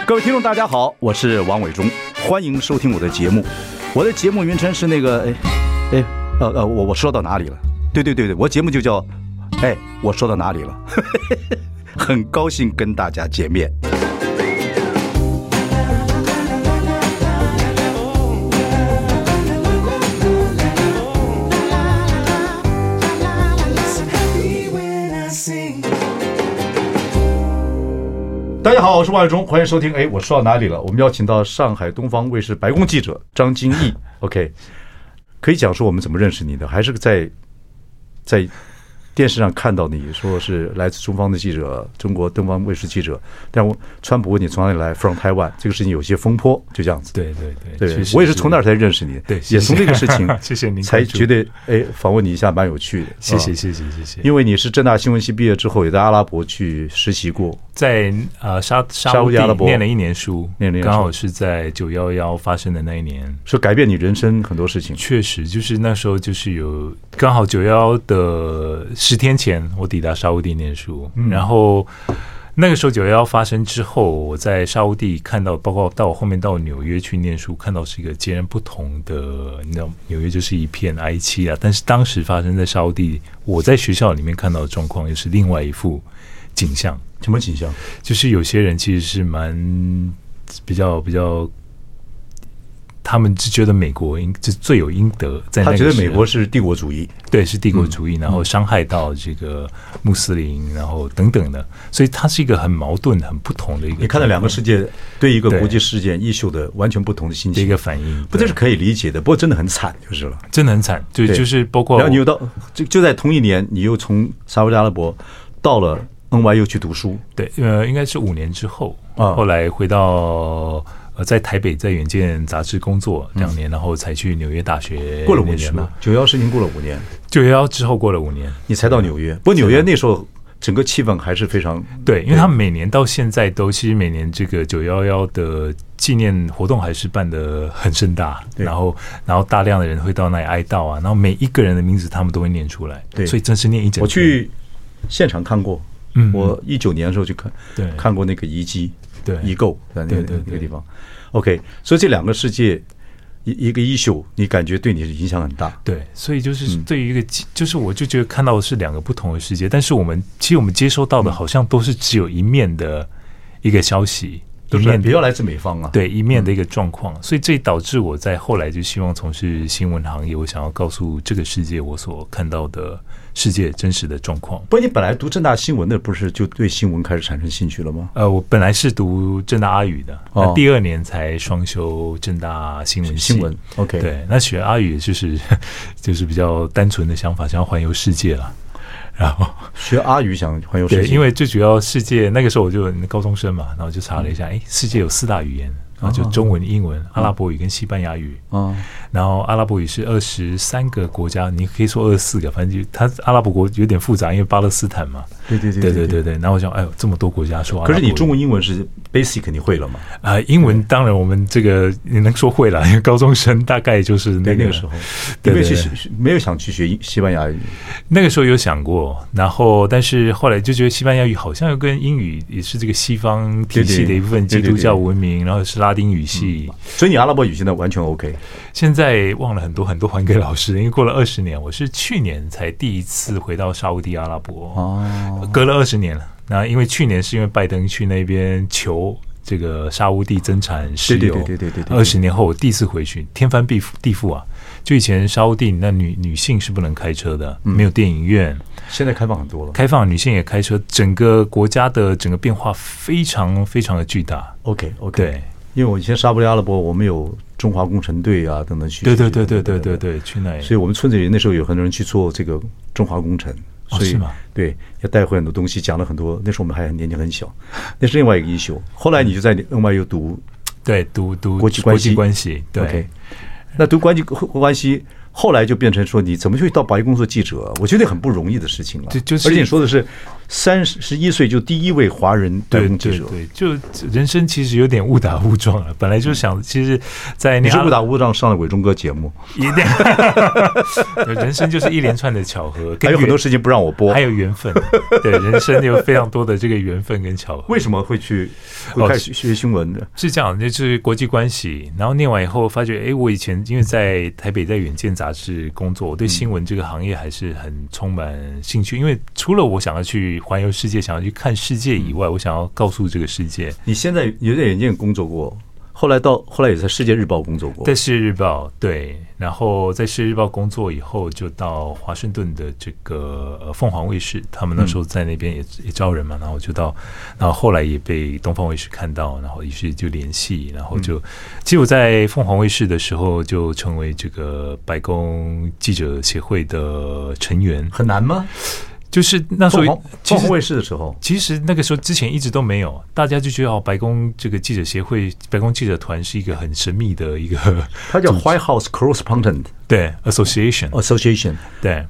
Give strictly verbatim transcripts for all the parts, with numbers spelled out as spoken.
各位听众大家好，我是王伟忠，欢迎收听我的节目。我的节目名称是那个哎哎呃呃我我说到哪里了？对对对对，我节目就叫哎我说到哪里了？很高兴跟大家见面。大家好，我是王伟忠，欢迎收听。哎，我说到哪里了？我们邀请到上海东方卫视白宫记者张金毅。OK， 可以讲说我们怎么认识你的，还是在在电视上看到你说是来自中方的记者，中国东方卫视记者。但我川普问你从哪里来 ，from Taiwan， 这个事情有些风波，就这样子。 对对对， 对，我也是从那儿才认识你， 对， 也从这个事情， 谢谢您， 才觉得哎访问你一下蛮有趣的。 谢谢谢谢谢谢。 因为你是政大新闻系毕业之后，也在阿拉伯去实习过。 在呃沙沙乌地念了一年书，刚好是在九一一发生的那一年， 是改变你人生很多事情。 确实，就是那时候就是有刚好九一一的十天前，我抵达沙乌地念书，嗯、然后那个时候九一一发生之后，我在沙乌地看到，包括到我后面到纽约去念书，看到是一个截然不同的，你知道，纽约就是一片哀戚啊，但是当时发生在沙乌地，我在学校里面看到的状况又是另外一副景象。 什么景象？ 就是有些人其实是蛮比较比较，他们只觉得美国应就罪有应得，在那个他觉得美国是帝国主义， 对，是帝国主义，嗯、然后伤害到这个穆斯林，然后等等的，所以它是一个很矛盾、很不同的一个。 你看到两个世界对一个国际事件艺术的完全不同的心情， 一个反应， 不，这是可以理解的。不过真的很惨，就是了， 真的很惨。对，就是包括， 然后你又到就就在同一年，你又从沙烏地阿拉伯到了 N Y U 去读书， 对，呃，应该是五年之后，啊、后来回到呃在台北在远见杂志工作两年，嗯、然后才去纽约大学， 过了五年了。九幺事情过了五年， 九幺之后过了五年， 你才到纽约。不过纽约那时候整个气氛还是非常对，因为他们每年到现在都其实每年这个九幺幺的纪念活动还是办得很盛大，然后然后大量的人会到那里哀悼啊，然后每一个人的名字他们都会念出来，对，所以真是念一整天。 我去现场看过。嗯，我一九年的时候去看， 对， 看过那个遗迹， 对， 遗构在那个那个地方。OK， 所以这两个世界，一一个衣袖，你感觉对你的影响很大。 对，所以就是对于一个，嗯、就是我就觉得看到的是两个不同的世界，但是我们其实我们接收到的好像都是只有一面的一个消息， 一面比较来自美方啊， 对，一面的一个状况，嗯、所以这导致我在后来就希望从事新闻行业，我想要告诉这个世界我所看到的世界真实的状况。 不过你本来读政大新闻的，不是就对新闻开始产生兴趣了吗？ 呃，我本来是读政大阿语的，哦、那第二年才双修政大新闻系。 新闻 OK， 对，那学阿语就是就是比较单纯的想法，想要环游世界了。然后学阿语想环游世界， 对，因为最主要世界那个时候我就高中生嘛，然后就查了一下，哎、嗯，世界有四大语言。然后就中文、英文、阿拉伯语跟西班牙语。嗯，然后阿拉伯语是二十三个国家，你可以说二十四个，反正就它阿拉伯国有点复杂，因为巴勒斯坦嘛。 对对对对对对对。然后我想，哎呦，这么多国家说阿拉伯语。 可是你中文、英文是 basic 你会了吗？ 啊、呃，英文当然我们这个你能说会了，因为高中生大概就是那 个, 那个时候，对对对，没有去没有想去学西班牙语。 那个时候有想过，然后但是后来就觉得西班牙语好像又跟英语也是这个西方体系的一部分，基督教文明，然后是拉丁语系。嗯， 所以你阿拉伯语现在完全 OK。 现在忘了很多很多还给老师，因为过了二十年，我是去年才第一次回到沙烏地阿拉伯，哦，隔了二十年了。那因为去年是因为拜登去那边求这个沙烏地增产石油， 对对对对对。 二十年后我第一次回去，天翻地覆地覆啊！就以前沙烏地那女女性是不能开车的，没有电影院。嗯， 现在开放很多了， 开放女性也开车，整个国家的整个变化非常非常的巨大。 OK OK， 对。 因为我以前沙烏地阿拉伯，我们有中华工程队啊等等去， 对对对对对对对，去那里， 所以我们村子里那时候有很多人去做这个中华工程，所以、 哦、是吗？ 对，要带回很多东西，讲了很多。那时候我们还很年纪很小，那是另外一个一宿。后来你就在另外又读， 对，读读国际关系， 国际关系，对。 Okay， 那读国际关系，后来就变成说你怎么去到白宫做记者？我觉得很不容易的事情了。 就就是， 而且你说的是三十一岁就第一位华人白宫记者， 对对对，就人生其实有点误打误撞了。本来就想，其实，在你是误打误撞上了伟忠哥节目， 一定，人生就是一连串的巧合， 还有很多事情不让我播， 还有缘分。对，人生有非常多的这个缘分跟巧合。 为什么会去会开始学新闻的？ 是这样，就是国际关系。然后念完以后，发觉，哎，我以前因为在台北在远见杂志工作，我对新闻这个行业还是很充满兴趣。因为除了我想要去环游世界，想要去看世界以外，我想要告诉这个世界。 你现在有在远见工作过，后来到后来也在世界日报工作过， 在世界日报对，然后在世界日报工作以后，就到华盛顿的这个呃凤凰卫视，他们那时候在那边也、嗯、也招人嘛，然后就到，然后后来也被东方卫视看到，然后于是就联系，然后就，嗯、其实我在凤凰卫视的时候就成为这个白宫记者协会的成员， 很难吗？ 就是那时候， 凤凰卫视的时候， 其实那个时候之前一直都没有，大家就觉得哦，白宫这个记者协会、白宫记者团是一个很神秘的一个， 它叫 White House Correspondent， 对 Association Association， 对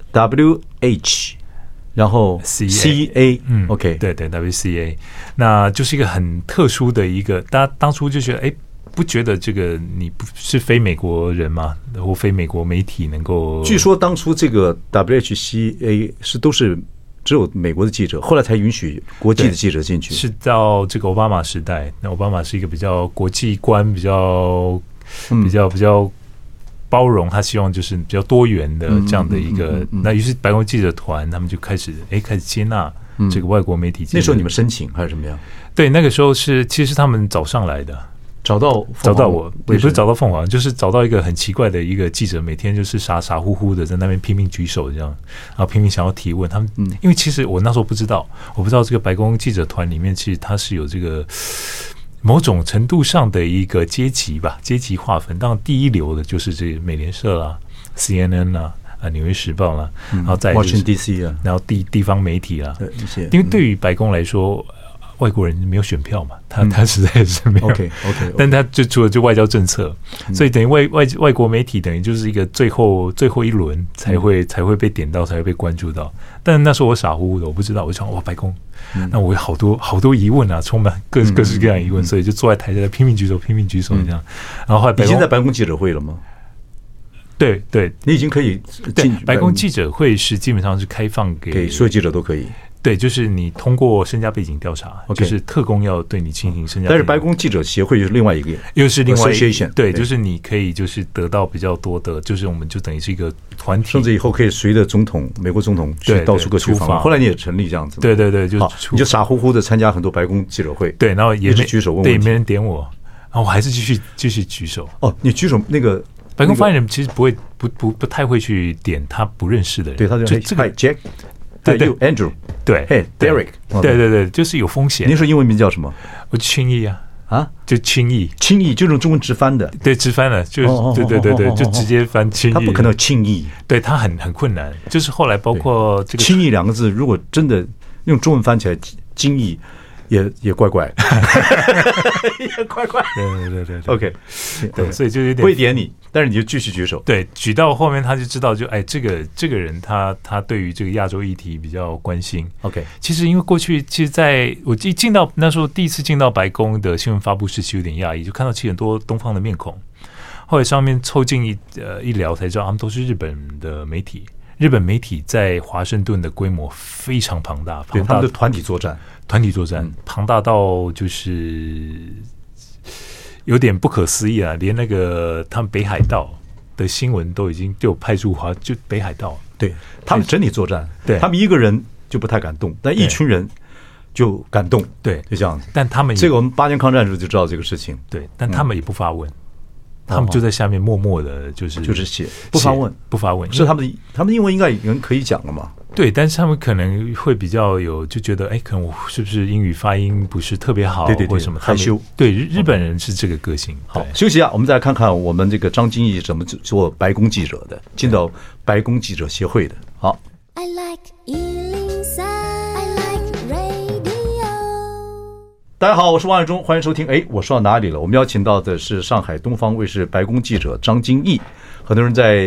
W H， 然后 C A， 嗯 ，OK， 对对 W C A， 那就是一个很特殊的一个，大家当初就觉得哎。不觉得这个你不是非美国人吗？或非美国媒体能够？ 据说当初这个 W H C A 是都是只有美国的记者，后来才允许国际的记者进去。 是到这个奥巴马时代，那奥巴马是一个比较国际观、比较、嗯、比较比较包容，他希望就是比较多元的这样的一个。嗯嗯嗯嗯、那于是白宫记者团他们就开始哎开始接纳这个外国媒体记者。 那时候你们申请还是怎么样？ 对，那个时候是其实是他们找上来的。 找到找到我，也不是找到凤凰，就是找到一个很奇怪的一个记者，每天就是傻傻乎乎的在那边拼命举手这样，然后拼命想要提问。他们，嗯、因为其实我那时候不知道，我不知道这个白宫记者团里面其实它是有这个某种程度上的一个阶级吧，阶级划分。当然第一流的就是这个美联社啦、C N N 啦、啊纽约时报啦，嗯、然后再就是 Washington D C 啊， 然后地地方媒体啦， 对， 因为对于白宫来说。外国人没有选票嘛，他他实在是没有。 OK OK， 但他就除了就外交政策，嗯、所以等于外外外国媒体等于就是一个最后最后一轮才会、嗯、才会被点到，才会被关注到。但那时候我傻乎乎的，我不知道，我想哇白宫，嗯、那我有好多好多疑问啊，充满各各式各样的疑问，嗯、所以就坐在台下拼命举手，拼命举手这样。嗯、然后后来白宫已经在白宫记者会了吗？ 对对， 你已经可以进白宫记者会是基本上是开放给给所有记者都可以。 对，就是你通过身家背景调查， okay, 就是特工要对你进行身家背景。 但是白宫记者协会又是另外一个， 又是另外一个，对， 对就是你可以就是得到比较多的，就是我们就等于是一个团体， 甚至以后可以随着总统，美国总统去到处各处访问。后来你也成立这样子， 对对对，就你就傻乎乎的参加很多白宫记者会， 对，然后也是举手问问题，对，没人点我，然后我还是继续继续举手。 哦，你举手那个白宫发言人其实不会不不不太会去点他不认识的人， 对，他就这个 Jack。对对 ，Andrew， 对， 嘿 ，Derek， 对对对，就是有风险。 您说英文名叫什么？ 我轻易啊啊， 就轻易， 轻易就是中文直翻的， 对，直翻了，就对对对对，就直接翻轻易。 他不可能轻易， 对他很很困难。就是后来包括这个轻易两个字，如果真的用中文翻起来，轻易。也也怪怪，也怪怪。 对对对对 ，OK， 对，所以就有点不会点你，但是你就继续举手。 对，举到后面他就知道就，就哎，这个这个人他他对于这个亚洲议题比较关心。 OK， 其实因为过去其实在我一进到那时候第一次进到白宫的新闻发布室，其实有点讶异，就看到其实很多东方的面孔。后来上面凑近一呃一聊才知道，他们都是日本的媒体。日本媒体在华盛顿的规模非常庞大， 对他们的团体作战， 团体作战、嗯、庞大到就是有点不可思议啊！连那个他们北海道的新闻都已经就派驻华，就北海道， 对他们整体作战， 对他们一个人就不太敢动，但一群人就敢动， 对， 就这样子。 但他们这个我们八年抗战的时候就知道这个事情， 对，但他们也不发问。嗯他们就在下面默默的，就是就是写不发问， 不发问， 是他们的，他们英文应该人可以讲了嘛？ 对，但是他们可能会比较有，就觉得，哎，可能我是不是英语发音不是特别好， 对对对， 或什么害羞。 对，日本人是这个个性。 好，休息一下，我们再来看看我们这个张金义怎么做白宫记者的，进到白宫记者协会的。好。I like 一零三 I like radio。大家好，我是王伟忠，欢迎收听。哎，我说到哪里了？我们邀请到的是上海东方卫视白宫记者张金义。很多人在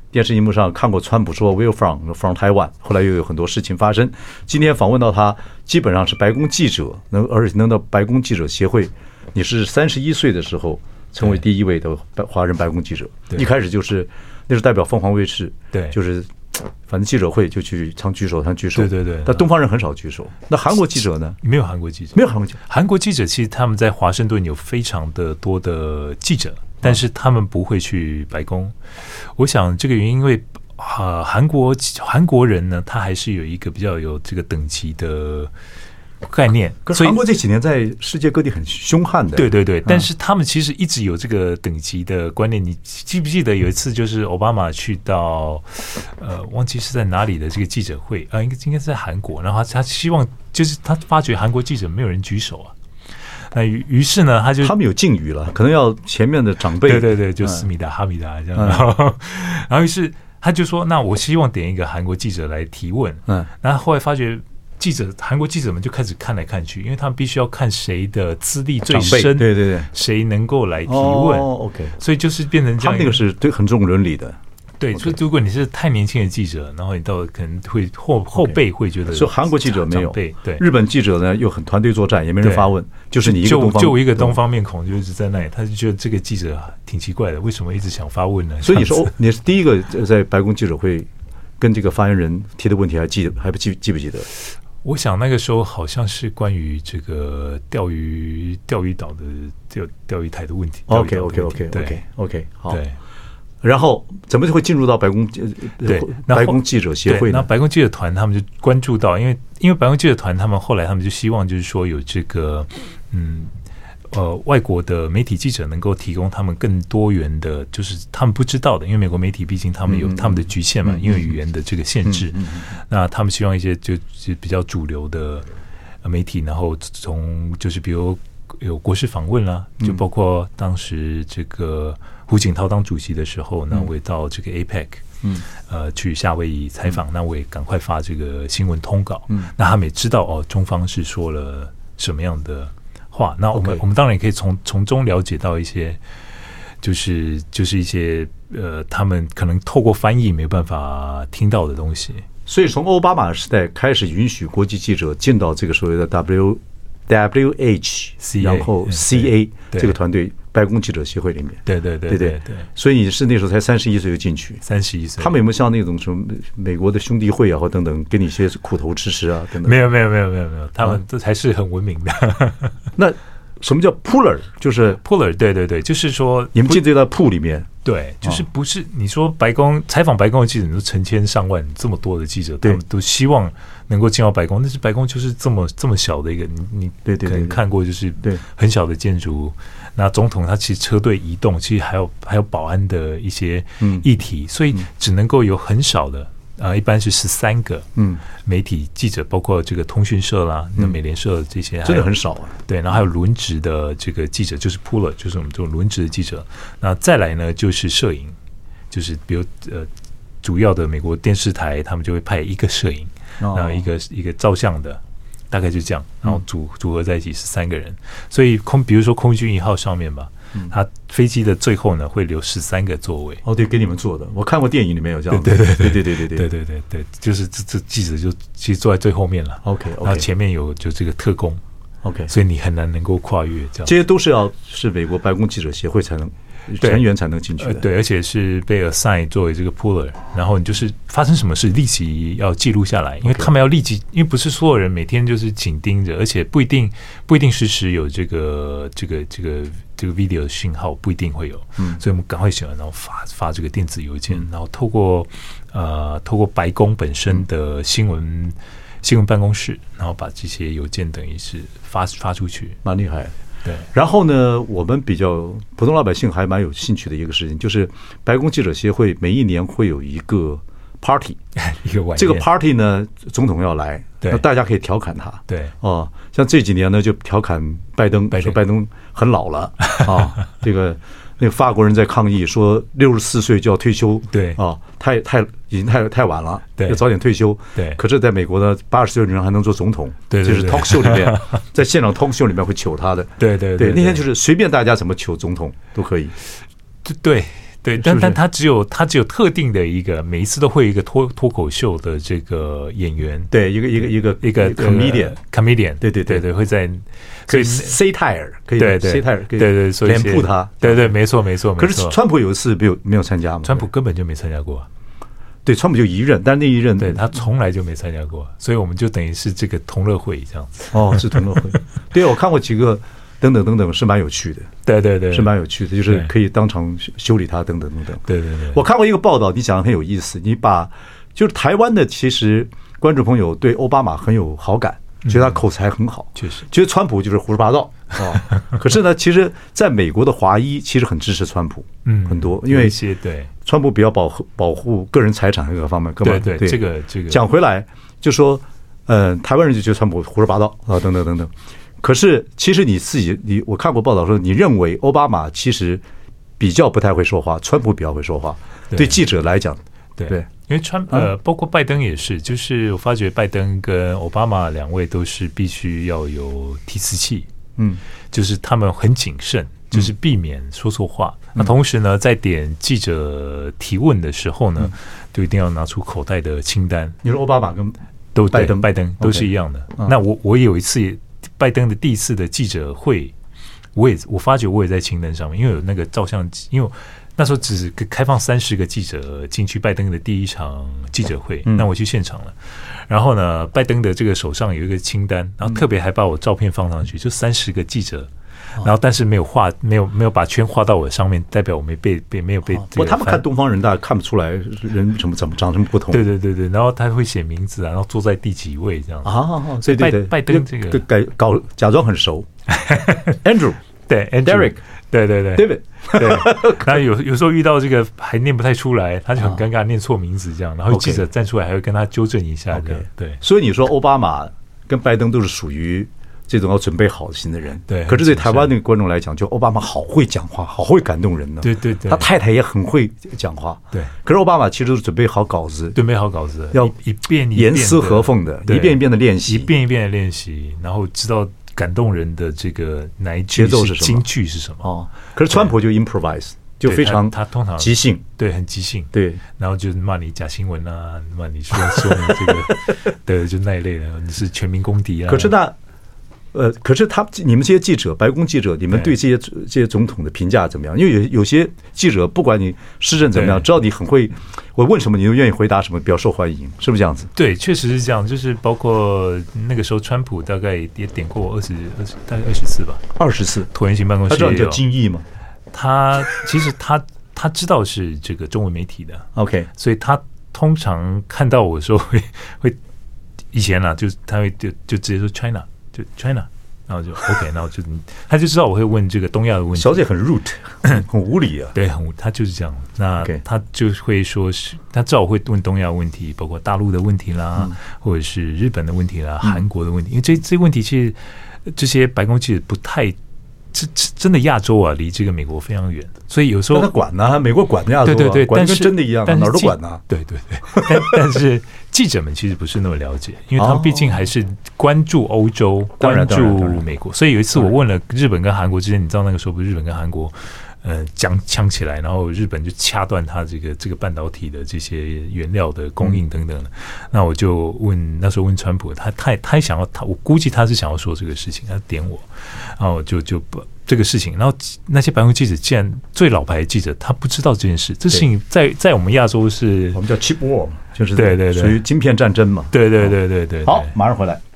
电视荧幕上看过川普说 "We're from from Taiwan"， 后来又有很多事情发生。今天访问到他，基本上是白宫记者，能而且能到白宫记者协会。你是三十一岁的时候成为第一位的华人白宫记者，一开始就是那是代表凤凰卫视， 对， 就是反正记者会就去常举手，常举手， 对对对。 但东方人很少举手。那韩国记者呢？ 没有韩国记者， 没有韩国记者。 韩国记者其实他们在华盛顿有非常的多的记者，但是他们不会去白宫。我想这个原因，因为啊，韩国韩国人呢，他还是有一个比较有这个等级的概念。 可是韩国这几年在世界各地很凶悍的， 对对对，但是他们其实一直有这个等级的观念。你记不记得有一次，就是奥巴马去到呃，忘记是在哪里的这个记者会啊、呃，应该应该是在韩国，然后他他希望就是他发觉韩国记者没有人举手啊。那于于是呢，他就他们有敬语了，可能要前面的长辈， 对对对，就思密达、哈密达这样，然后然后于是他就说，那我希望点一个韩国记者来提问，嗯，然后后来发觉记者韩国记者们就开始看来看去，因为他们必须要看谁的资历最深， 对对对， 谁能够来提问， 哦 OK， 所以就是变成这样， 他们那个是对很重伦理的。 对，所以如果你是太年轻的记者，然后你到可能会后后辈会觉得， 所以韩国记者没有， 对， 日本记者呢又很团队作战，也没人发问，就是你一个东方， 就一个东方面孔，就是在那里，他就觉得这个记者挺奇怪的，为什么一直想发问呢？ 所以你说你是第一个在白宫记者会跟这个发言人提的问题，还记得还不记记不记得？ 我想那个时候好像是关于这个钓鱼钓鱼岛的钓钓鱼台的问题。 OK OK OK OK OK 好。 对。 然后怎么会进入到白宫？ 对， 白宫记者协会呢？ 那白宫记者团他们就关注到，因为因为白宫记者团他们后来他们就希望就是说有这个嗯呃外国的媒体记者能够提供他们更多元的，就是他们不知道的，因为美国媒体毕竟他们有他们的局限嘛，因为语言的这个限制，那他们希望一些就就比较主流的媒体，然后从就是比如有国事访问啦，就包括当时这个胡锦涛当主席的时候，那我也到这个 A P E C， 嗯，呃，去夏威夷采访，那我也赶快发这个新闻通稿，嗯，那他们也知道哦，中方是说了什么样的话，那我们、okay. 我们当然也可以从从中了解到一些，就是就是一些呃，他们可能透过翻译没有办法听到的东西。 所以从奥巴马时代开始允许国际记者进到这个所谓的 W W H， 然后 C A 这个团队白宫记者协会里面， 对对对对对对。所以你是那时候才三十一岁就进去， 三十一岁。 他们有没有像那种什么美国的兄弟会啊，或等等，给你一些苦头吃吃啊，等等？ 没有没有没有没有没有，他们这才是很文明的。 那什么叫 puller？ 就是 puller， 对对对，就是说你们进这个铺里面。 对，就是不是你说白宫采访白宫的记者，你说成千上万这么多的记者，他们都希望能够进到白宫，但是白宫就是这么这么小的一个，你你对对可能看过就是很小的建筑。那总统他其实车队移动，其实还有还有保安的一些议题，所以只能够有很少的。啊，一般是十三个，嗯，媒体记者，包括这个通讯社啦，那、嗯、美联社这些， 真的很少啊。 对，然后还有轮值的这个记者，就是 puller， 就是我们这种轮值的记者。那再来呢，就是摄影，就是比如呃，主要的美国电视台，他们就会派一个摄影，然后一个一个照相的，大概就这样，然后组组合在一起是三个人。所以空，比如说空军一号上面吧。他飞机的最后呢会留十三个座位。 哦，对，给你们做的，我看过电影里面有这样子。 对对对对对对对对对对对，就是这这记者就其实坐在最后面了。 OK， 然后前面有就这个特工。 OK， 所以你很难能够跨越这样。 这些都是要是美国白宫记者协会才能成员才能进去的。 呃、对，而且是被 assign 作为这个 puller， 然后你就是发生什么事立即要记录下来，因为他们要立即，因为不是所有人每天就是紧盯着，而且不一定不一定时时有这个这个这个这个 video 的讯号，不一定会有，嗯，所以我们赶快写完，然后发发这个电子邮件，嗯、然后透过呃透过白宫本身的新闻、嗯、新闻办公室，然后把这些邮件等于是发发出去， 蛮厉害。 对， 然后呢，我们比较普通老百姓还蛮有兴趣的一个事情，就是白宫记者协会每一年会有一个 party， 一个晚宴。 这个 party 呢，总统要来， 对， 那大家可以调侃他， 对， 哦，像这几年呢，就调侃拜登，拜登说拜登很老了啊，这个那个法国人在抗议说六十四岁就要退休， 对啊，太太已经太太晚了， 对， 要早点退休， 对。 可是在美国呢，八十岁的人还能做总统， 对， 就是 talk show 里面，在现场 talk show 里面会求他的， 对对对。那天就是随便大家怎么求总统都可以， 对对，但但他只有他只有特定的一个，每一次都会有一个脱脱口秀的这个演员， 对，一个一个一个一个 comedian comedian， 对对对对，会在可以 satire， 可以对对 satire， 对对，所以脸谱他， 对对，没错没错。 可是川普有一次没有没有参加嘛？ 川普根本就没参加过。 对，川普就一任，但那一任对他从来就没参加过，所以我们就等于是这个同乐会这样子。 哦，是同乐会。对，我看过几个。等等等等是蛮有趣的， 对对对， 是蛮有趣的，就是可以当场修理他等等等等。 对对对， 我看过一个报道，你讲的很有意思，你把就是台湾的其实观众朋友对奥巴马很有好感，觉得他口才很好， 确实， 觉得川普就是胡说八道啊。可是呢，其实在美国的华裔其实很支持川普，嗯，很多，因为一些对川普比较保护保护个人财产各个方面， 对对，这个这个讲回来就说，呃，台湾人就觉得川普胡说八道啊，等等等等。可是，其实你自己，你我看过报道说，你认为奥巴马其实比较不太会说话，川普比较会说话。对, 对记者来讲， 对对，因为川呃，包括拜登也是，就是我发觉拜登跟奥巴马两位都是必须要有提词器，嗯，就是他们很谨慎，就是避免说错话。嗯、那同时呢，在点记者提问的时候呢，嗯、就一定要拿出口袋的清单。 你说奥巴马跟都拜登，拜登都是一样的。Okay, 那我我有一次。拜登的第一次的记者会，我也我发觉我也在清单上面，因为有那个照相机，因为那时候只是开放三十个记者进去拜登的第一场记者会，嗯、那我去现场了。然后呢，拜登的这个手上有一个清单，然后特别还把我照片放上去，就三十个记者。然后，但是没有画，没有没有把圈画到我上面，代表我没被被没有被、这个。 不，他们看东方人大看不出来人怎么怎么长什么不同。 对对对对，然后他会写名字啊，然后坐在第几位这样子啊。所以拜拜登这个改搞假装很熟。Andrew 对 ，Derek 对对对 ，David 对。然后有有时候遇到这个还念不太出来，他就很尴尬，念错名字这样，然后记者站出来还会跟他纠正一下。 OK， 对。 所以你说奥巴马跟拜登都是属于。这种要准备好心的人， 对。 可是对台湾那个观众来讲，就奥巴马好会讲话，好会感动人呢。 对对对， 他太太也很会讲话。 对。 可是奥巴马其实都是准备好稿子， 准备好稿子， 要一遍一遍严丝合缝的，一遍一遍的练习， 一遍一遍的练习，然后知道感动人的这个哪一句节奏是什么， 金句是什么。 哦。可是川普就 improvise， 就非常他通常即兴， 对，很即兴， 对。 然后就骂你假新闻啊，骂你说说你这个，对，就那一类的，你是全民公敌啊。 可是那。呃，可是他你们这些记者，白宫记者，你们对这些这些总统的评价怎么样？因为有有些记者，不管你施政怎么样，只要你很会，我问什么你都愿意回答什么，比较受欢迎，是不是这样子？ 对，确实是这样。就是包括那个时候，川普大概也点过我二十二十大概二十次吧， 二十次。 椭圆形办公室，他知道你叫金毅吗？ 他其实他他知道是这个中文媒体的 ，OK， 所以他通常看到我的时候会会以前啊，就他会就就直接说 China。就 China， 然后就 OK， 然后就他就知道我会问这个东亚的问题。 小姐很 rude， 很无理啊。 对，很无，他就是这样。那他就会说是，他知道我会问东亚问题，包括大陆的问题啦，嗯、或者是日本的问题啦、嗯、韩国的问题，因为这这些问题其实这些白宫记者不太。这真的亚洲啊，离这个美国非常远，所以有时候他管呢、啊，美国管的亚洲、啊， 对对对， 管跟真的一样、啊，哪儿都管呢、啊。 对对对，但但是记者们其实不是那么了解，因为他们毕竟还是关注欧洲、哦、关注美国。所以有一次我问了日本跟韩国之间，你知道那个时候不是日本跟韩国呃讲呛起来，然后日本就掐断它这个这个半导体的这些原料的供应等等的。嗯、那我就问那时候问川普，他他他想要他，我估计他是想要说这个事情，他点我，然后就就不。这个事情，然后那些白宫记者，既然最老牌的记者，他不知道这件事，这事情在在我们亚洲是， 我们叫 chip war， 就是对对对， 属于晶片战争嘛。 对对对对对。 好，马上回来。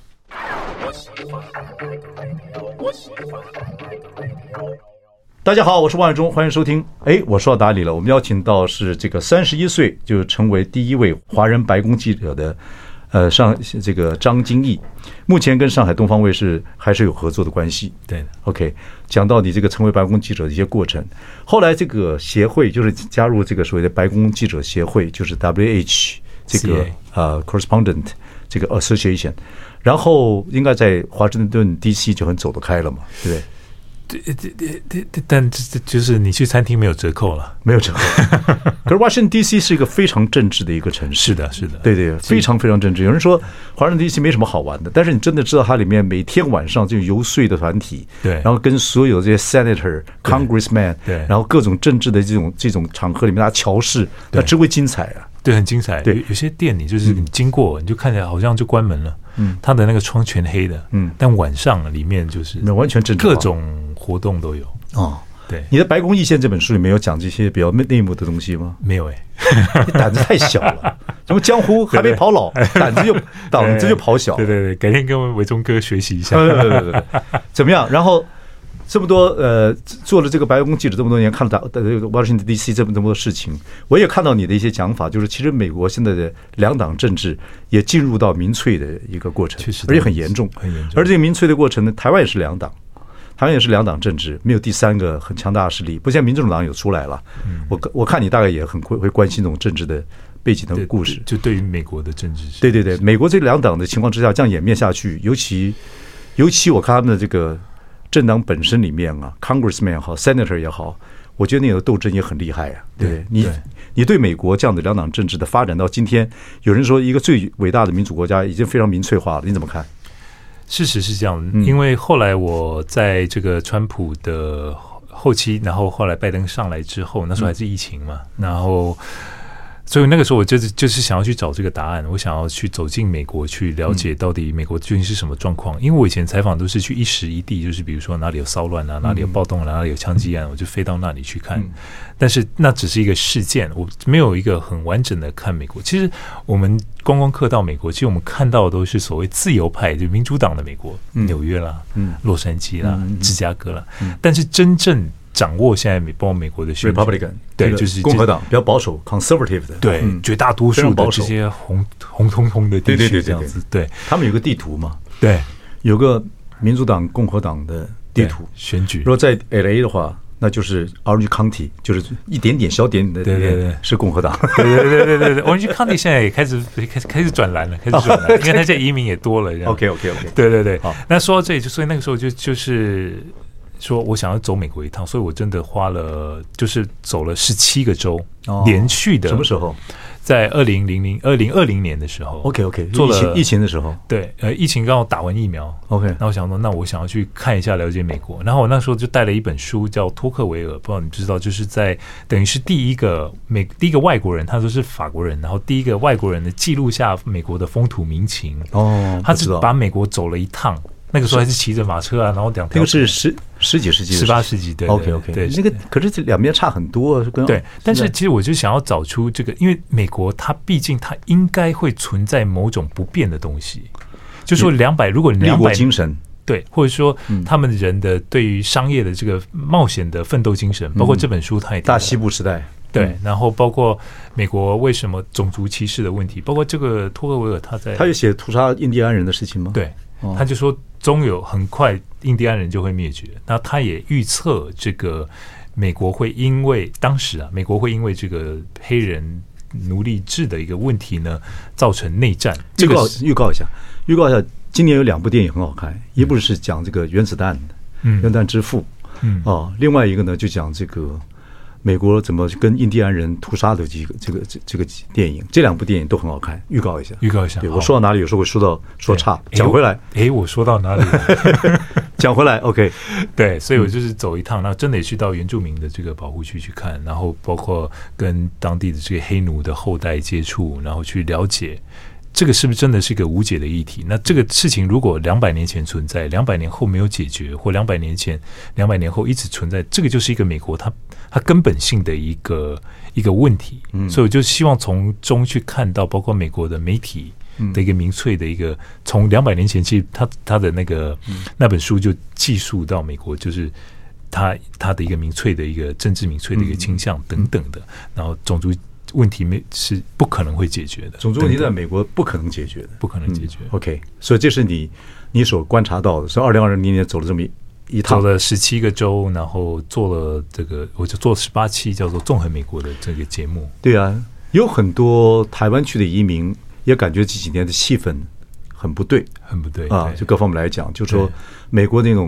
大家好，我是王伟忠，欢迎收听。哎，我说到哪里了？我们邀请到是这个三十一岁就成为第一位华人白宫记者的。呃，上这个张金毅，目前跟上海东方卫视还是有合作的关系。 对的 ，OK， 讲到你这个成为白宫记者的一些过程，后来这个协会就是加入这个所谓的白宫记者协会，就是 W H 这个呃 correspondent 这个 association， 然后应该在华盛顿 D C 就很走得开了嘛，对不对？ 对对对对对，但这就是你去餐厅没有折扣了， 没有折扣。可是 Washington D C 是一个非常政治的一个城市， 是的，是的， 对对，非常非常政治。有人说华盛顿 D C 没什么好玩的，但是你真的知道它里面每天晚上就游说的团体， 对， 然后跟所有这些 senator、congressman， 对， 然后各种政治的这种这种场合里面，大家乔事，那真会精彩啊！ 对，很精彩。 对， 有有些店你就是你经过，你就看起来好像就关门了，嗯，它的那个窗全黑的，嗯，但晚上里面就是那完全政治各种活动都有哦。 对， 你的《白宫意见》这本书里面有讲这些比较内幕的东西吗？ 没有哎、欸， 你胆子太小了。什么江湖还没跑老，胆子就胆子就跑小。 对对对，改天跟伟忠哥学习一下。 对对对对，怎么样？然后这么多呃，做了这个白宫记者这么多年，看了这个 Washington D C 这么这么多事情，我也看到你的一些讲法，就是其实美国现在的两党政治也进入到民粹的一个过程，而且很严重， 很严重。 而这个民粹的过程呢，台湾也是两党。台湾也是两党政治，没有第三个很强大的势力。不像民众党有出来了，嗯、我我看你大概也很会会关心这种政治的背景的故事。 就对于美国的政治， 对对对，美国这两党的情况之下，这样演变下去，尤其尤其我看他们的这个政党本身里面啊 ，Congressman 也好 ，Senator 也好，我觉得那个斗争也很厉害啊。对不对？你你对美国这样的两党政治的发展到今天，有人说一个最伟大的民主国家已经非常民粹化了，你怎么看？ 事实是这样，因为后来我在这个川普的后期，然后后来拜登上来之后，那时候还是疫情嘛，然后所以那个时候我就是就是想要去找这个答案，我想要去走进美国去了解到底美国究竟是什么状况。因为我以前采访都是去一时一地，就是比如说哪里有骚乱啊，哪里有暴动啊，哪里有枪击案，我就飞到那里去看。但是那只是一个事件，我没有一个很完整的看美国。其实我们观光客到美国，其实我们看到的都是所谓自由派，就民主党的美国，纽约啦、洛杉矶啦、芝加哥啦。但是真正掌握现在美包括美国的选举 Republican， 对，就是共和党比较保守 conservative 的， 对，嗯、绝大多数的这些红红彤彤的地区这样子，对， 他们有个地图嘛， 对， 有个民主党共和党的地图选举。 如果在 L A 的话，那就是 Orange County， 就是一点点小点点的， 对对对， 是共和党， 对对对对对对 ，Orange County 现在也开始开始开始转蓝了，开始转蓝，因为他现在移民也多了。 OK OK OK， 对对对，好，那说到这里，就所以那个时候就就是说我想要走美国一趟，所以我真的花了就是走了十七个州，哦、连续的。 什么时候？ 在二零零零二零二零年的时候 ，OK OK， 做了疫情疫情的时候， 对，呃，疫情刚好打完疫苗 ，OK， 然后我想说，那我想要去看一下，了解美国。然后我那时候就带了一本书，叫托克维尔，不知道你知道，就是在等于是第一个美第一个外国人，他说是法国人，然后第一个外国人的记录下美国的风土民情。 哦， 他是把美国走了一趟。那个时候还是骑着马车啊，然后两条。 那个是十十几世纪， 十八世纪，对 ，OK OK，对，那个可是这两边差很多，跟对。但是其实我就想要找出这个，因为美国它毕竟它应该会存在某种不变的东西，就说两百，如果两百精神， 对，或者说他们人的对于商业的这个冒险的奋斗精神，包括这本书它也大西部时代。 对，然后包括美国为什么种族歧视的问题，包括这个托克维尔他在他有写屠杀印第安人的事情吗？ 对，他就说终有很快印第安人就会灭绝。那他也预测这个美国会因为当时啊，美国会因为这个黑人奴隶制的一个问题呢，造成内战。 预告预告一下，预告一下，今年有两部电影很好看，一部是讲这个原子弹的，嗯，原子弹之父，嗯啊，另外一个呢就讲这个。美国怎么跟印第安人屠杀的这个这个这这个电影，这两部电影都很好看。预告一下， 预告一下。 对，我说到哪里，有时候会说到说差。讲回来， 哎，我说到哪里？ 讲回来 ，OK。 对，所以我就是走一趟，那真的也去到原住民的这个保护区去看，然后包括跟当地的这个黑奴的后代接触，然后去了解。这个是不是真的是一个无解的议题？那这个事情如果两百年前存在，两百年后没有解决，或两百年前、两百年后一直存在，这个就是一个美国它它根本性的一个一个问题。嗯，所以我就希望从中去看到，包括美国的媒体的一个民粹的一个，从两百年前其实他他的那个、嗯、那本书就记述到美国，就是他他的一个民粹的一个政治民粹的一个倾向等等的，然后种族。问题没是不可能会解决的， 种族问题在美国不可能解决的， 不可能解决。 嗯、OK， 所以这是你你所观察到的。所以二零二零年走了这么一一趟， 走了十七个州，然后做了这个，我就做十八期叫做《纵横美国》的这个节目。 对啊，有很多台湾区的移民也感觉这几年的气氛很不对， 很不对啊。就各方面来讲，就说美国那种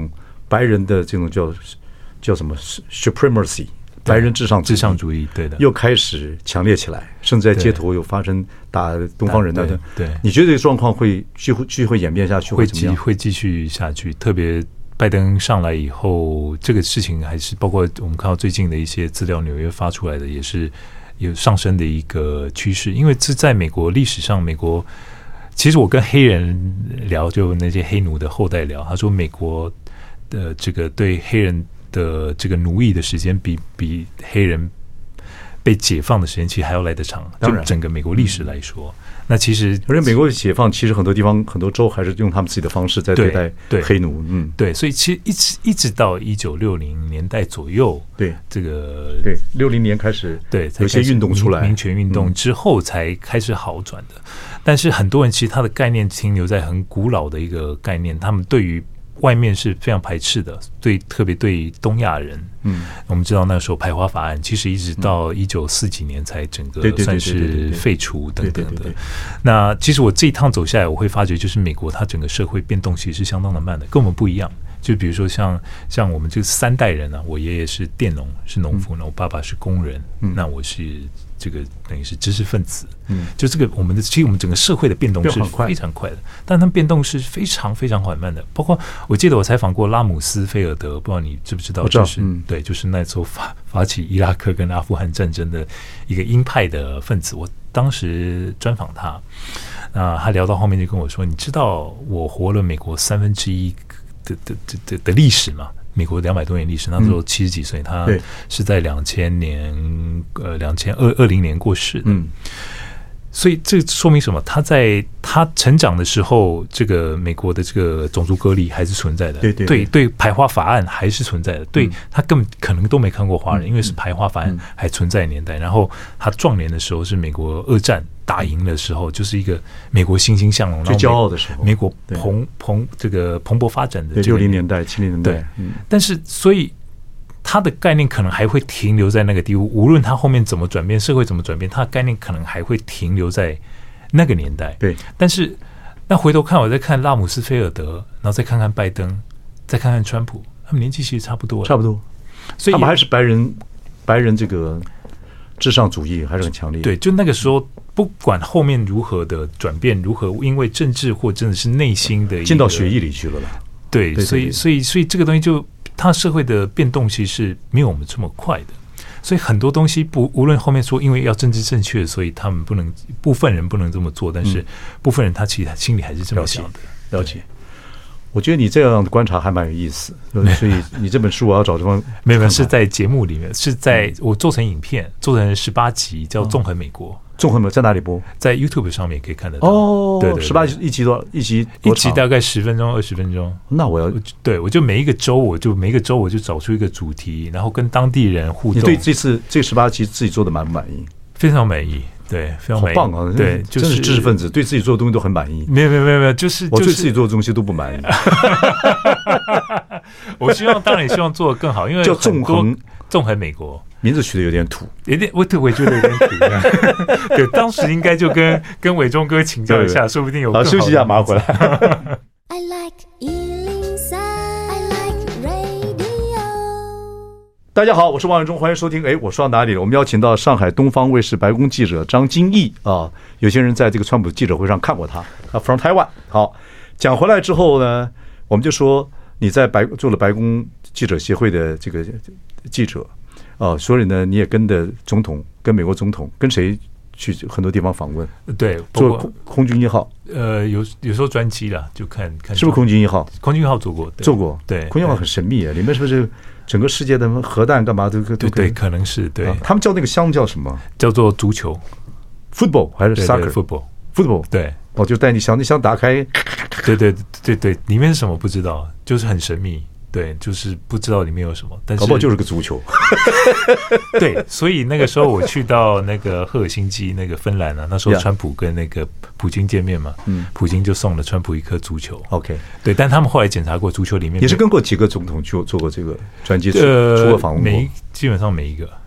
白人的这种叫叫什么 supremacy。白人至上至上主义，对的， 又开始强烈起来，甚至在街头又发生打东方人的。 对，对你觉得这个状况会继续继续会演变下去， 会怎么样？ 会继续下去。特别拜登上来以后，这个事情还是包括我们看到最近的一些资料，纽约发出来的也是有上升的一个趋势。因为这在美国历史上，美国其实我跟黑人聊，就那些黑奴的后代聊，他说美国的这个对黑人的这个奴役的时间比比黑人被解放的时间其实还要来得长，就整个美国历史来说，嗯、那其实而且美国的解放其实很多地方很多州还是用他们自己的方式在对待黑奴，嗯， 对，所以其实一直一直到一九六零年代左右， 对这个对六零年开始对有些运动出来， 民权运动之后才开始好转的。嗯、但是很多人其实他的概念停留在很古老的一个概念，他们对于外面是非常排斥的，对，特别对东亚人。嗯，我们知道那时候排华法案，其实一直到一九四几年才整个算是废除等等的。那其实我这一趟走下来，我会发觉，就是美国它整个社会变动其实是相当的慢的，跟我们不一样。就比如说像像我们这三代人呢、啊，我爷爷是佃农，是农夫，那、嗯、我爸爸是工人，嗯、那我是这个等于是知识分子。嗯，就这个我们的其实我们整个社会的变动是非常快的，但他们变动是非常非常缓慢的。包括我记得我采访过拉姆斯菲尔德，不知道你知不知道？ 我知道， 就是、 嗯、 对，就是那时候发发起伊拉克跟阿富汗战争的一个鹰派的分子。我当时专访他，那他聊到后面就跟我说：“你知道我活了美国三分之一。”的的的的的历史嘛，美国两百多年历史，那时候七十几岁，他是在两千年呃两千二二零年过世的，嗯，所以这说明什么？他在他成长的时候，这个美国的这个种族隔离还是存在的， 对对对对，排华法案还是存在的，对、嗯、他根本可能都没看过华人， 嗯、 因为是排华法案还存在的年代。然后他壮年的时候是美国二战打赢的时候，就是一个美国欣欣向荣、 最骄傲的时候， 美国蓬蓬这个蓬勃发展的六零年代、七零年代。 对，嗯、但是所以他的概念可能还会停留在那个地步，无论他后面怎么转变，社会怎么转变，他的概念可能还会停留在那个年代。 对， 但是那回头看，我再看拉姆斯菲尔德，然后再看看拜登，再看看川普，他们年纪其实差不多， 差不多， 所以他们还是白人，白人这个至上主义还是很强烈。 对，就那个时候。不管后面如何的转变，如何因为政治或真的是内心的进到血液里去了啦。 对，对，所以所以所以这个东西就它社会的变动其实是没有我们这么快的，所以很多东西不无论后面说因为要政治正确，所以他们不能部分人不能这么做，但是部分人他其实心里还是这么想的。 了解。我觉得你这样的观察还蛮有意思，所以你这本书我要找地方没有是在节目里面，是在我做成影片，做成十八集，叫《纵横美国》。 纵横美国在哪里播？ 在 YouTube 上面也可以看得到。 哦， 对对， 十八集一集多一集一集大概十分钟二十分钟。 那我要对我就每一个州，我就每一个州我就找出一个主题，然后跟当地人互动。 你对这次这十八集自己做的满不满意？ 非常满意。对，非常满意， 好棒啊！ 对， 就是、真是知识分子，对自己做的东西都很满意。 没有没有没有没有，就是我对自己做的东西都不满意。 我希望，当然也希望做得更好，因为叫纵横纵横美国， 名字取得有点土， 有点我对我觉得有点土。对，当时应该就跟跟伟忠哥请教一下，说不定有更好的。 好，休息一下，马上回来。 I like 一零三 I like radio。 大家好，我是王永忠，欢迎收听。哎，我说到哪里了？我们邀请到上海东方卫视白宫记者张金毅啊。有些人在这个川普记者会上看过他，他 from Taiwan。好，讲回来之后呢，我们就说你在白做了白宫记者协会的这个记者啊，所以呢，你也跟着总统，跟美国总统，跟谁去很多地方访问？ 对， 做空空军一号。 呃，有有时候专机啦，就看看是不是空军一号？ 空军一号做过， 做过。 对， 空军一号很神秘啊，里面是不是整个世界的核弹干嘛都都对对，可能是对、啊。 他们叫那个箱叫什么？ 叫做足球 ，football 还是 soccer？ football football 对。 哦，就带你箱，那箱打开， 对对对对，里面是什么不知道，就是很神秘。对，就是不知道里面有什么，但是搞不好就是个足球。 对，所以那个时候我去到那个赫尔辛基那个芬兰啊，那时候川普跟那个普京见面嘛，嗯，普京就送了川普一颗足球。 OK， 对，但他们后来检查过足球里面， 也是跟过几个总统去做过这个专机出过访问过， 每基本上每一个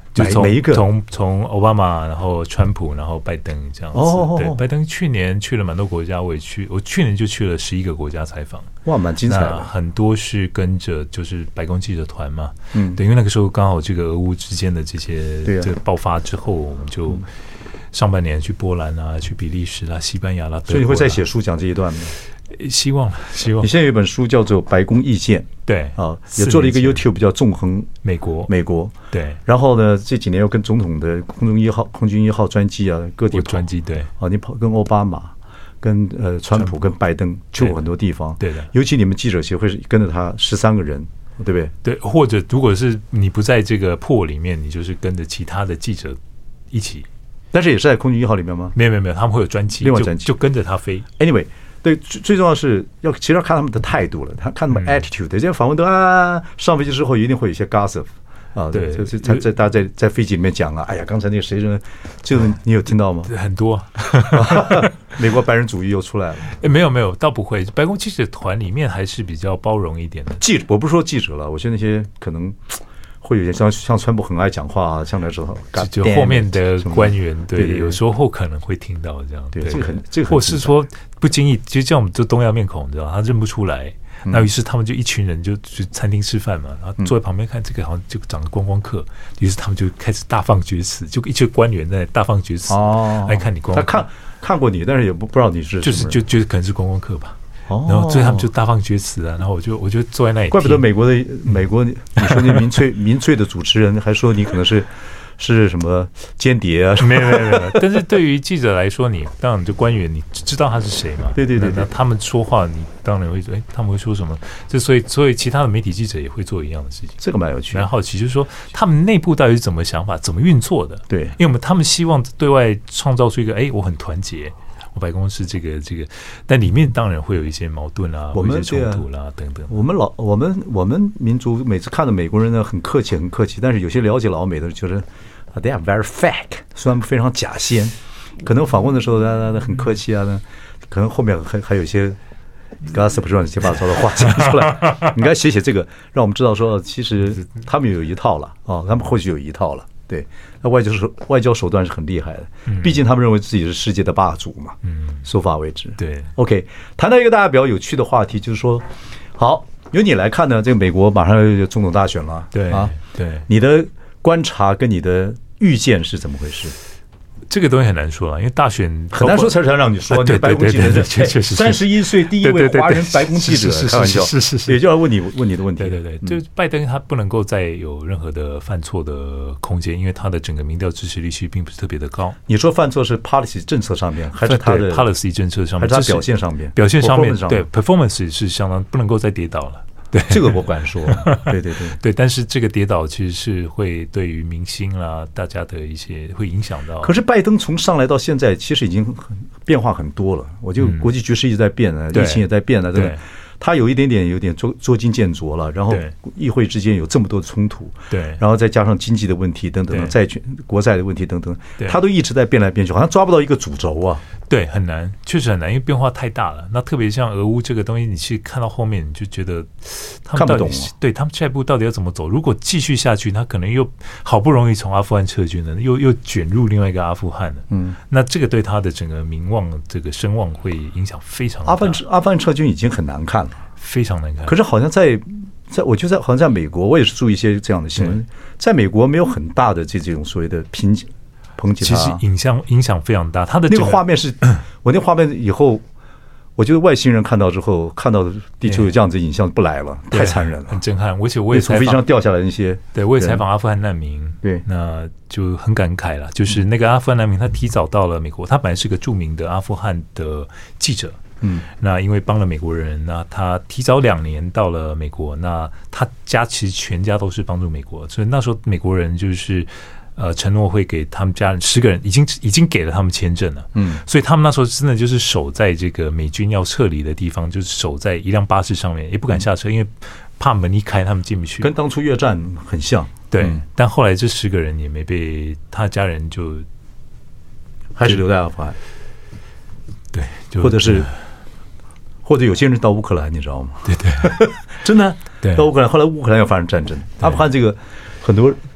就从每一个从从奥巴马，然后川普，然后拜登这样子。 哦对，拜登去年去了蛮多国家，我也去，我去年就去了十一个国家采访。 哇，蛮精彩那的。 很多是跟着就是白宫记者团嘛， 嗯， 对，因为那个时候刚好这个俄乌之间的这些对啊这个爆发之后，我们就上半年去波兰啊，去比利时啦、西班牙啦， 所以你会再写书讲这一段吗？ 希望了，希望你。现在有一本书叫做《白宫意见》 对啊，也做了一个四年前 YouTube 叫《纵横美国， 美国》。 对， 然后呢，这几年又跟总统的空中一号、空军一号专机啊，各地跑我专辑对啊，你跑跟奥巴马、跟呃川普、跟拜登去过很多地方。 对的尤其你们记者协会是跟着他十三个人，对不对？ 对，或者如果是你不在这个破里面，你就是跟着其他的记者一起。 但是也是在空军一号里面吗没有没有没有，他们会有专机， 另外专机就就跟着他飞。 ？Anyway，对，最最重要是要其实要看他们的态度了，他看他们嗯 attitude。这些访问都啊，上飞机之后一定会有一些 gossip。啊， 对就是在在大家在在飞机里面讲啊，哎呀，刚才那个谁人，这个你有听到吗？ 很多， 美国白人主义又出来了。 诶没有没有，倒不会。白宫记者团里面还是比较包容一点的。 记者，我不是说记者了，我觉得那些可能会有点像像川普很爱讲话啊，像那时候就后面的官员，对， 对对对有时候可能会听到这样， 对这个很这个很或是说不经意，就像我们做东亚面孔，你知道，他认不出来。那于是他们就一群人就去餐厅吃饭嘛，然后坐在旁边看这个好像就长得观光客，于是他们就开始大放厥词，就一群官员在大放厥词， 哦， 来看你观光客， 他看看过你，但是也不不知道你是就是就就可能是观光客吧。 哦， 然后所以他们就大放厥词啊，然后我就我就坐在那里听， 怪不得美国的美国，你说那民粹民粹的主持人还说你可能是是什么间谍啊？ 没有没有没有，但是对于记者来说，你当然就官员，你知道他是谁嘛？ 对对对对那他们说话，你当然会说，哎，他们会说什么？这所以所以其他的媒体记者也会做一样的事情。 这个蛮有趣的， 蛮好奇，就是说他们内部到底是怎么想法，怎么运作的？ 对， 因为我们他们希望对外创造出一个，哎，我很团结。我白宫是这个这个，但里面当然会有一些矛盾啊， 我们有一些冲突啦、啊、等等。 我们老我们我们民族每次看到美国人呢很客气很客气，但是有些了解老美的觉得 they are very fake， 虽然非常假仙，可能访问的时候呢很客气啊，可能后面还还有一些 gossip 乱七八糟的话讲出来。你应该写写这个，让我们知道说其实他们有一套了啊，他们或许有一套了。对，那外交手外交手段是很厉害的，毕竟他们认为自己是世界的霸主嘛。嗯，说法为止。 对 ，OK， 谈到一个大家比较有趣的话题，就是说，好，由你来看呢，这个美国马上有总统大选了， 对啊， 对， 你的观察跟你的预见是怎么回事？ 这个东西很难说了，因为大选很难说，才才让你说。 啊、对白宫记者确确实三十一岁第一位华人白宫记者，开玩笑， 是是是， 也就要问你问你的问题。 对对对，就拜登他不能够再有任何的犯错的空间，因为他的整个民调支持率其实并不是特别的高。 你说犯错是 policy 政策上面，还是他的 policy 政策上面， 还是他表现上面？ 表现上面对 performance 是相当不能够再跌倒了。对， 这个我敢说，对对对对，但是这个跌倒其实是会对于明星啦，大家的一些会影响到。 可是拜登从上来到现在，其实已经很变化很多了。我就国际局势一直在变啊，疫情也在变啊，对。他有一点点有点捉捉襟见肘了，然后议会之间有这么多的冲突， 对， 然后再加上经济的问题等等，债券、国债的问题等等，他都一直在变来变去，好像抓不到一个主轴啊。 对，很难，确实很难，因为变化太大了。那特别像俄乌这个东西，你去看到后面，你就觉得他们到底对他们下一步到底要怎么走？如果继续下去，他可能又好不容易从阿富汗撤军了，又又卷入另外一个阿富汗了。嗯，那这个对他的整个名望、这个声望会影响非常大。 阿富汗阿富汗撤军已经很难看了。 非常难看， 可是好像在在，我觉得在好像在美国，我也是注意一些这样的新闻，在美国没有很大的这这种所谓的抨击抨击他， 其实影响影响非常大。他的那个画面是，我那画面以后，我觉得外星人看到之后，看到地球有这样子影像不来了，太残忍了， 很震撼。而且我也从飞机上掉下来那些， 对我也采访阿富汗难民， 对， 那就很感慨了。就是那个阿富汗难民，他提早到了美国，他本来是个著名的阿富汗的记者。嗯，那因为帮了美国人，那他提早两年到了美国，那他家其实全家都是帮助美国，所以那时候美国人就是呃承诺会给他们家人十个人，已经已经给了他们签证了，嗯，所以他们那时候真的就是守在这个美军要撤离的地方，就是守在一辆巴士上面，也不敢下车，因为怕门一开他们进不去， 跟当初越战很像， 对，嗯、但后来这十个人也没被他家人就还是留在阿富汗， 对，就或者是。或者有些人到乌克兰，你知道吗？ 对对， 真的， 对， 到乌克兰。后来乌克兰要发生战争，阿富汗这个很多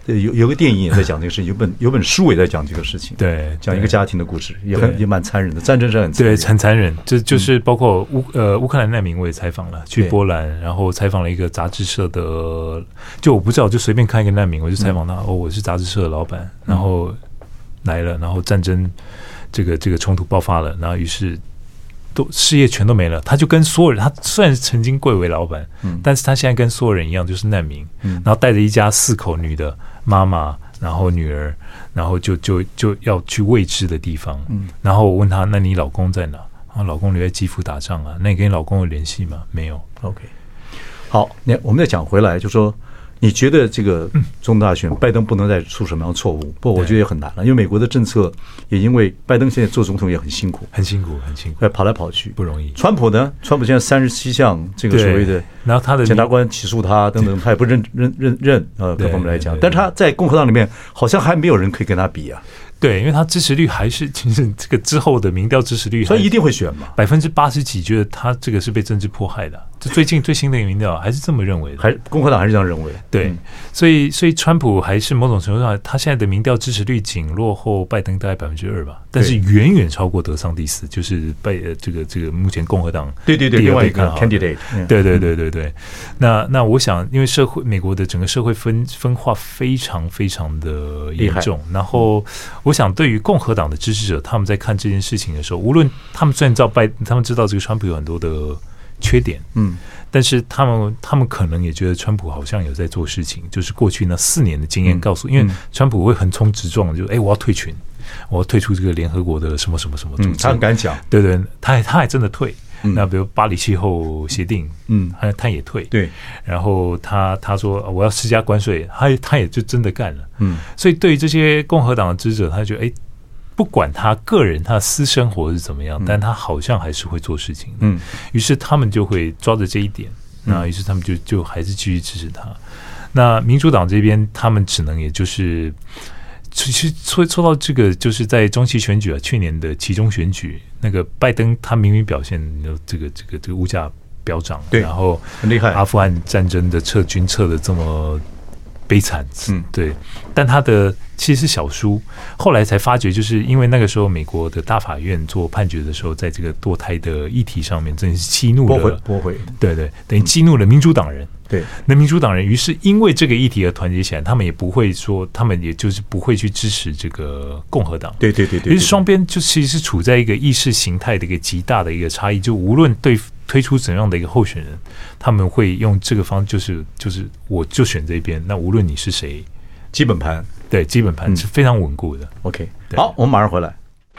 有有个电影也在讲这个事情，有本有本书也在讲这个事情， 对， 讲一个家庭的故事，也很也蛮残忍的，战争是很残忍对，很残忍。就就是包括乌呃乌克兰难民，我也采访了，去波兰，然后采访了一个杂志社的，就我不知道，就随便看一个难民，我就采访他，哦，我是杂志社的老板，然后来了，然后战争这个这个冲突爆发了，然后于是。都事业全都没了，他就跟所有人，他虽然曾经贵为老板，嗯，但是他现在跟所有人一样，就是难民，嗯，然后带着一家四口女的妈妈，然后女儿，然后就就就要去未知的地方，嗯，然后我问他，那你老公在哪？啊，老公留在基辅打仗啊，那你跟你老公有联系吗？没有。 OK， 好，那我们再讲回来，就说。你觉得这个总统大选，拜登不能再出什么样的错误？不，我觉得也很难了，因为美国的政策也因为拜登现在做总统也很辛苦， 很辛苦，很辛苦， 要跑来跑去， 不容易。 川普呢？川普现在三十七项这个所谓的， 然后他的检察官起诉他等等，他也不认认认认呃，各方面来讲，但是他在共和党里面好像还没有人可以跟他比啊。 对，因为他支持率还是，其实这个之后的民调支持率， 所以一定会选嘛， 百分之八十几觉得他这个是被政治迫害的。这最近最新的民调还是这么认为的， 还共和党还是这样认为。 对，嗯、所以所以川普还是某种程度上，他现在的民调支持率仅落后拜登大概百分之二吧，但是远远超过德桑蒂斯，就是拜这个这个目前共和党对对对另外一个 candidate， 对对对对对。那那我想，因为社会美国的整个社会分分化非常非常的严重，然后我想对于共和党的支持者，他们在看这件事情的时候，无论他们虽然知道拜，他们知道这个川普有很多的缺点，嗯，但是他们他们可能也觉得川普好像有在做事情，就是过去那四年的经验告诉，嗯、因为川普会横冲直撞，就哎、欸、我要退群，我要退出这个联合国的什么什么什么组织， 嗯、他很敢讲， 对对，他他还真的退。嗯、那比如巴黎气候协定，嗯，他他也退， 对， 然后他他说我要施加关税，他他也就真的干了，嗯，所以对于这些共和党的支持者，他觉得哎。欸不管他个人他的私生活是怎么样，嗯、但他好像还是会做事情的。嗯，于是他们就会抓着这一点，那、嗯、于是他们就就还是继续支持他。那民主党这边，他们只能也就是其实说说到这个，就是在中期选举啊，去年的期中选举，那个拜登他明明表现这个这个这个物价飙涨， 对， 然后很厉害， 阿富汗战争的撤军撤的这么悲惨，嗯，对，但他的其实是小输，后来才发觉，就是因为那个时候美国的大法院做判决的时候，在这个堕胎的议题上面，真的是激怒了， 驳回，驳回， 对对，等于激怒了民主党人。 对， 那民主党人于是因为这个议题而团结起来，他们也不会说，他们也就是不会去支持这个共和党。 对对对对， 于是双边就其实是处在一个意识形态的一个极大的一个差异，就无论对推出怎样的一个候选人，他们会用这个方，就是就是我就选这边，那无论你是谁， 基本盘对基本盘是非常稳固的。 嗯、OK， 好，我们马上回来。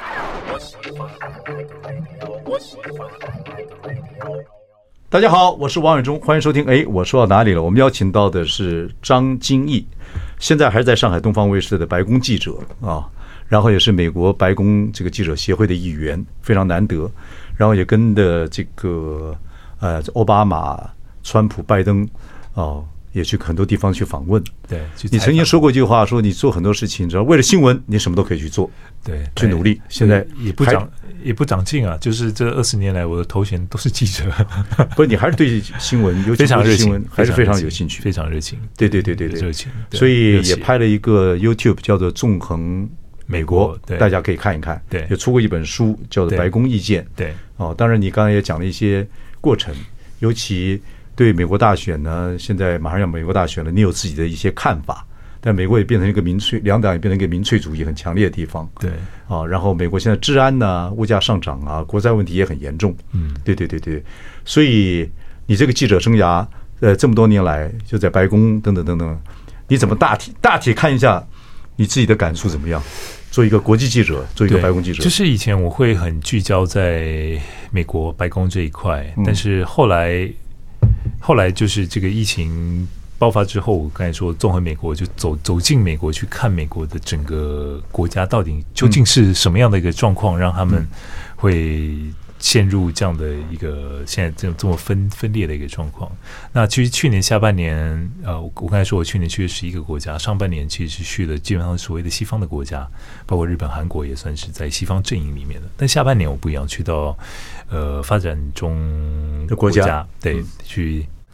大家好，我是王伟忠，欢迎收听。哎，我说到哪里了？我们邀请到的是张金毅，现在还是在上海东方卫视的白宫记者啊，然后也是美国白宫这个记者协会的一员，非常难得。然后也跟的这个呃奥巴马、川普、拜登哦，也去很多地方去访问。 对， 你曾经说过一句话，说你做很多事情，只要为了新闻，你什么都可以去做。 对， 去努力。现在也不长也不长进啊，就是这二十年来，我的头衔都是记者。 不是，你还是对新闻，尤其是新闻还是非常有兴趣， 非常热情。 对对对对对， 热情。 所以也拍了一个 YouTube 叫做《纵横美国》，大家可以看一看。 对， 也出过一本书叫做《白宫意见》。 对， 哦，当然你刚才也讲了一些过程，尤其对美国大选呢，现在马上要美国大选了，你有自己的一些看法。但美国也变成一个民粹，两党也变成一个民粹主义很强烈的地方。 对啊，然后美国现在治安呢、物价上涨啊，国债问题也很严重。嗯，对对对对，所以你这个记者生涯，呃，这么多年来就在白宫等等等等，你怎么大体大体看一下你自己的感触怎么样？做一个国际记者，做一个白宫记者， 就是以前我会很聚焦在美国白宫这一块，嗯、但是后来后来就是这个疫情爆发之后，我刚才说综合美国，就走走进美国去看美国的整个国家到底究竟是什么样的一个状况，让他们会陷入这样的一个现在这这么分分裂的一个状况。那其实去年下半年，呃，我刚才说我去年去了十一个国家，上半年其实是去了基本上所谓的西方的国家，包括日本、韩国也算是在西方阵营里面的。但下半年我不一样，去到呃发展中的国家， 对，去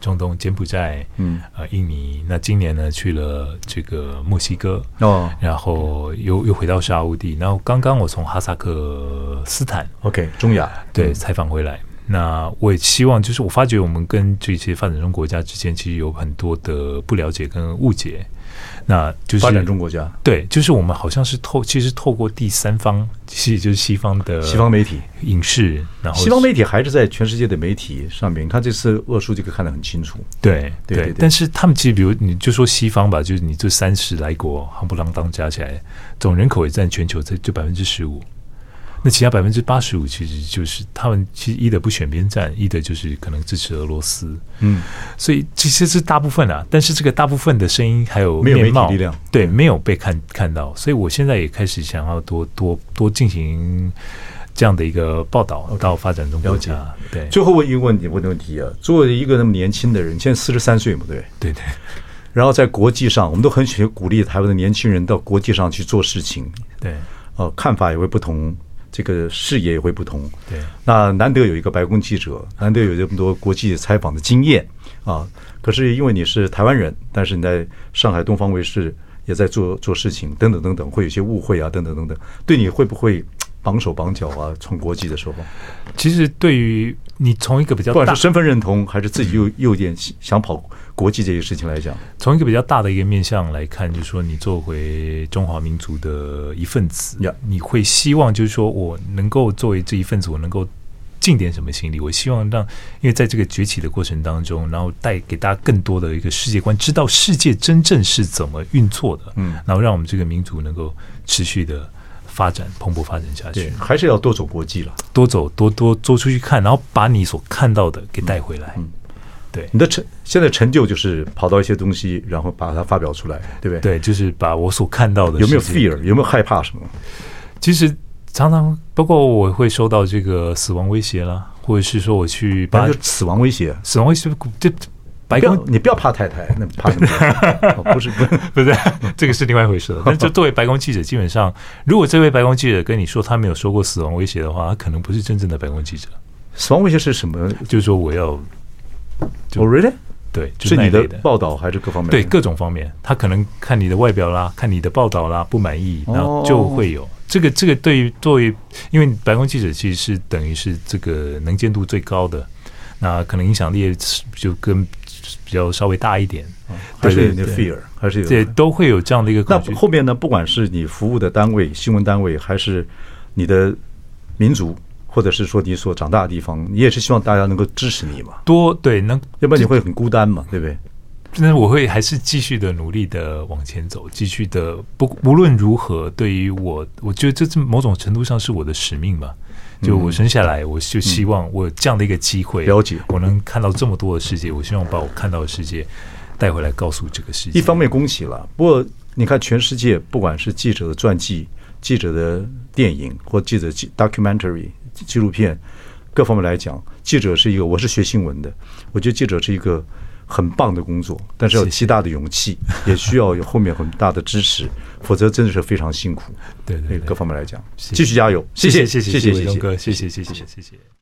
中东柬埔寨， 嗯呃，印尼。那今年呢去了这个墨西哥， 哦然后又又回到沙烏地，然后刚刚我从哈萨克斯坦 ，OK， 中亚对采访回来。那我也希望，就是我发觉我们跟这些发展中国家之间其实有很多的不了解跟误解。那就是发展中国家， 对，就是我们好像是透，其实透过第三方，其实就是西方的西方媒体、 影视，然后西方媒体还是在全世界的媒体上面。你看这次恶书这个看得很清楚， 对对对对。 但是他们其实，比如你就说西方吧，就是你这三十来国夯不啷当加起来，总人口也占全球就百分之十五。那其他百分之八十五其实就是他们其实一的不选边站，一的就是可能支持俄罗斯， 嗯， 所以其实是大部分啊，但是这个大部分的声音还有没有媒面貌体力量， 对，没有被看看到，所以我现在也开始想要多多多进行这样的一个报道到发展中国家。对， 最后问一个问题，问的问题啊，作为一个那么年轻的人，现在四十三岁嘛，对对对， 然后在国际上，我们都很喜欢鼓励台湾的年轻人到国际上去做事情， 对， 呃，看法也会不同。这个视野也会不同， 对。 那难得有一个白宫记者，难得有这么多国际采访的经验啊。可是因为你是台湾人，但是你在上海东方卫视也在做做事情，等等等等，会有一些误会啊，等等等等。对你会不会绑手绑脚啊？从国际的时候， 其实对于你从一个比较不管是身份认同，还是自己又又有点想跑国际这些事情来讲， 从一个比较大的一个面向来看，就是说你作为中华民族的一份子， yeah. 你会希望就是说我能够作为这一份子，我能够尽点什么心力。我希望让，因为在这个崛起的过程当中，然后带给大家更多的一个世界观，知道世界真正是怎么运作的，嗯，然后让我们这个民族能够持续的发展、蓬勃发展下去。 还是要多走国际了， 多走、多多多出去看，然后把你所看到的给带回来。嗯，对， 你的成现在成就就是跑到一些东西，然后把它发表出来，对不对？ 对，就是把我所看到的。 有没有 fear？ 有没有害怕什么？ 其实常常，包括我会收到这个死亡威胁啦，或者是说我去把就死亡威胁， 死亡威胁，这白宫你不要怕太太，那怕什么？哦、不是不是不是，这个是另外一回事了。但就作为白宫记者，基本上，如果这位白宫记者跟你说他没有说过死亡威胁的话，他可能不是真正的白宫记者。 死亡威胁是什么？ 就是说我要， 哦、oh, ，really？ 对， 是你的报道还是各方面？ 对，各种方面，他可能看你的外表啦，看你的报道啦，不满意，然后就会有、哦、这个这个对于作为，因为白宫记者其实是等于是这个能见度最高的，那可能影响力就跟比较稍微大一点， 哦、还是有点 fear， 还是有对，都会有这样的一个恐惧。 那后面呢？不管是你服务的单位、新闻单位，还是你的民族。或者是说你所长大的地方，你也是希望大家能够支持你嘛？ 多对，能要不然你会很孤单嘛，对不对？ 那我会还是继续的努力的往前走，继续的不无论如何，对于我，我觉得这是某种程度上是我的使命吧。就我生下来，我就希望我有这样的一个机会， 了解我能看到这么多的世界，我希望把我看到的世界带回来，告诉这个世界。 一方面恭喜了，不过你看全世界，不管是记者的传记、记者的电影或记者 documentary。纪录片各方面来讲，记者是一个，我是学新闻的，我觉得记者是一个很棒的工作，但是要有极大的勇气，也需要有后面很大的支持，否则真的是非常辛苦。 对对， 各方面来讲，继续加油，谢谢谢谢谢谢谢谢哥，谢谢谢谢谢谢。